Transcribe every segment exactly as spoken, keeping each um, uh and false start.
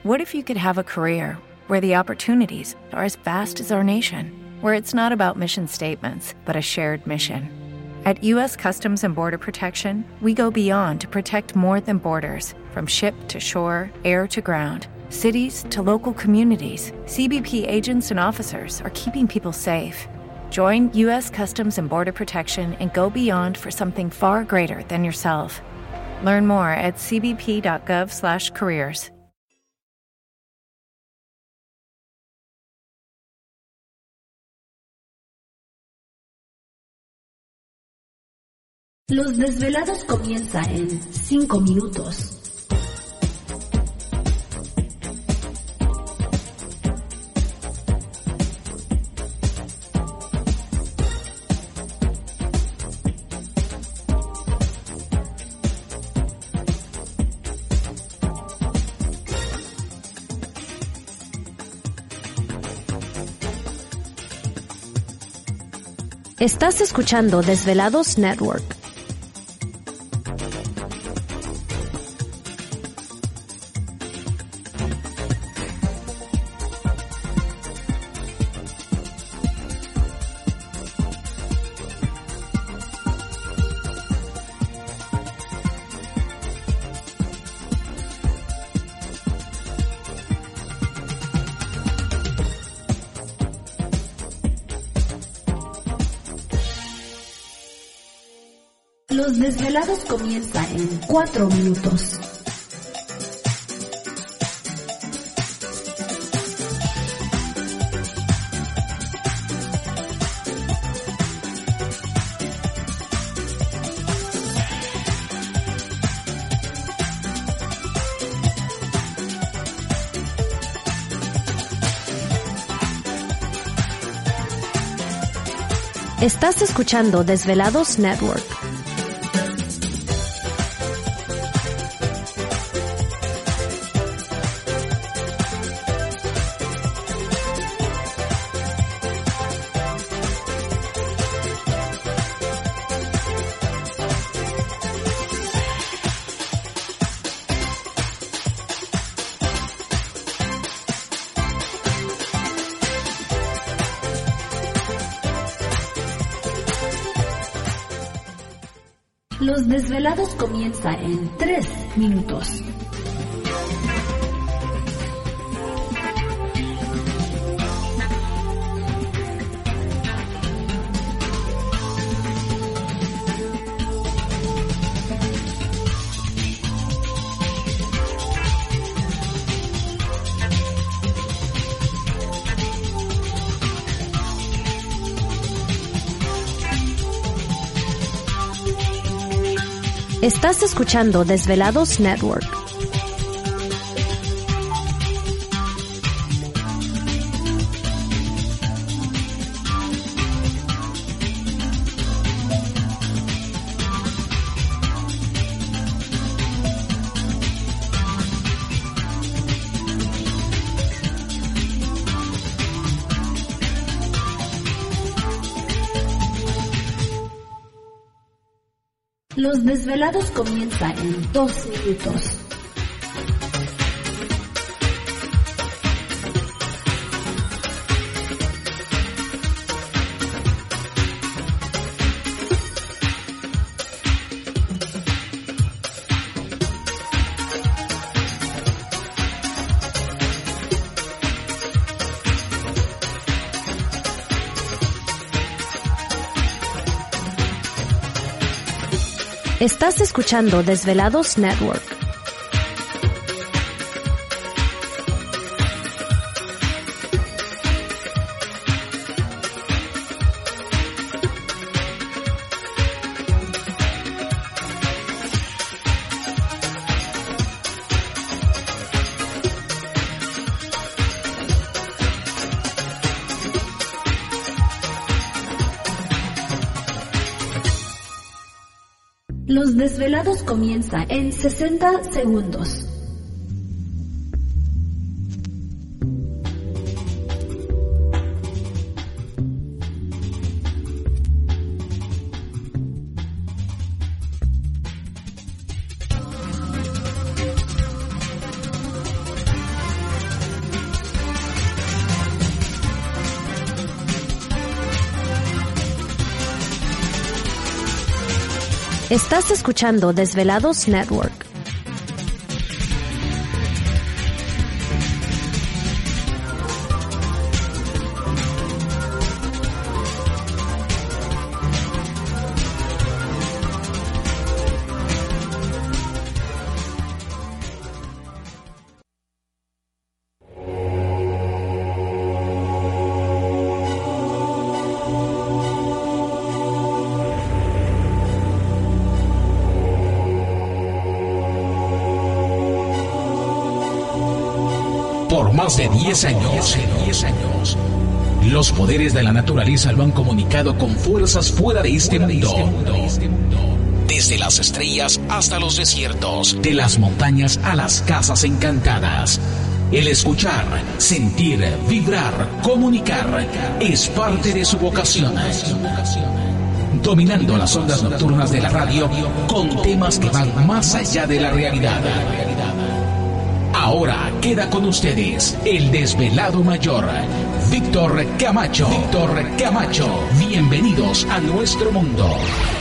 What if you could have a career where the opportunities are as vast as our nation, where it's not about mission statements, but a shared mission? At U S Customs and Border Protection, we go beyond to protect more than borders. From ship to shore, air to ground, cities to local communities, C B P agents and officers are keeping people safe. Join U S Customs and Border Protection and go beyond for something far greater than yourself. Learn more at c b p dot gov slash careers. Los Desvelados comienza en cinco minutos. Estás escuchando Desvelados Network. Los Desvelados comienza en cuatro minutos. Estás escuchando Desvelados Network. Los Desvelados comienza en tres minutos. Estás escuchando Desvelados Network. Los Desvelados comienza en dos minutos. Estás escuchando Desvelados Network. Los Desvelados comienza en sesenta segundos. Estás escuchando Desvelados Network. Por más de diez años, diez años, los poderes de la naturaleza lo han comunicado con fuerzas fuera de este mundo. Desde las estrellas hasta los desiertos, de las montañas a las casas encantadas. El escuchar, sentir, vibrar, comunicar es parte de su vocación. Dominando las ondas nocturnas de la radio con temas que van más allá de la realidad. Ahora queda con ustedes el desvelado mayor, Víctor Camacho. Víctor Camacho, bienvenidos a nuestro mundo.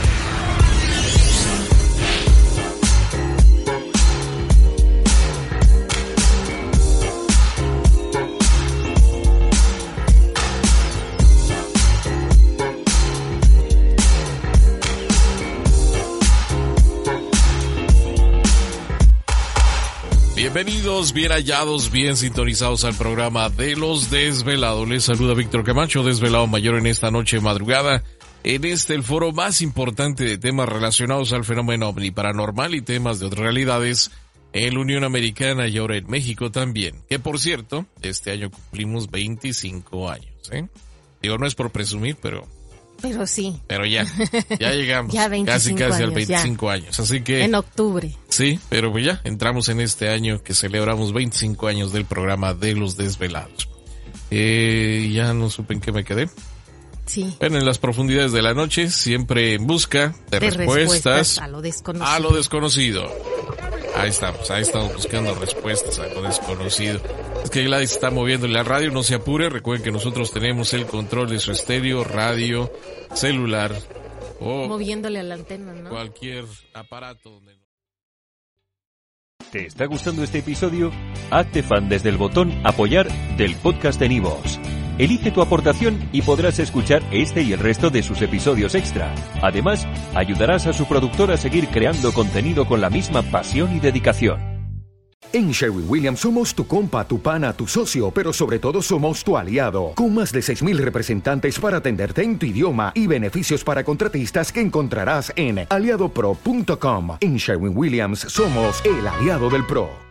Bienvenidos, bien hallados, bien sintonizados al programa de Los Desvelados. Les saluda Víctor Camacho, desvelado mayor en esta noche madrugada, en este el foro más importante de temas relacionados al fenómeno ovni paranormal y temas de otras realidades en la Unión Americana y ahora en México también. Que por cierto, este año cumplimos veinticinco años, ¿eh? Digo, no es por presumir, pero... Pero sí. Pero ya, ya llegamos. Ya casi casi años, al veinticinco ya. años. Así que... En octubre. Sí, pero pues ya entramos en este año que celebramos veinticinco años del programa de Los Desvelados. Eh, ya no supe en qué me quedé. Sí. Bueno, en las profundidades de la noche, siempre en busca de, de respuestas, respuestas a lo desconocido. A lo desconocido. Ahí estamos, ahí estamos buscando respuestas a lo desconocido. Es que Gladys está moviendo la radio, no se apure. Recuerden que nosotros tenemos el control de su estéreo, radio, celular o moviéndole a la antena, ¿no? Cualquier aparato donde... ¿Te está gustando este episodio? Hazte fan desde el botón Apoyar del podcast de Nivos. Elige tu aportación y podrás escuchar este y el resto de sus episodios extra. Además, ayudarás a su productor a seguir creando contenido con la misma pasión y dedicación. En Sherwin-Williams somos tu compa, tu pana, tu socio, pero sobre todo somos tu aliado. Con más de seis mil representantes para atenderte en tu idioma y beneficios para contratistas que encontrarás en aliado pro punto com. En Sherwin-Williams somos el aliado del pro.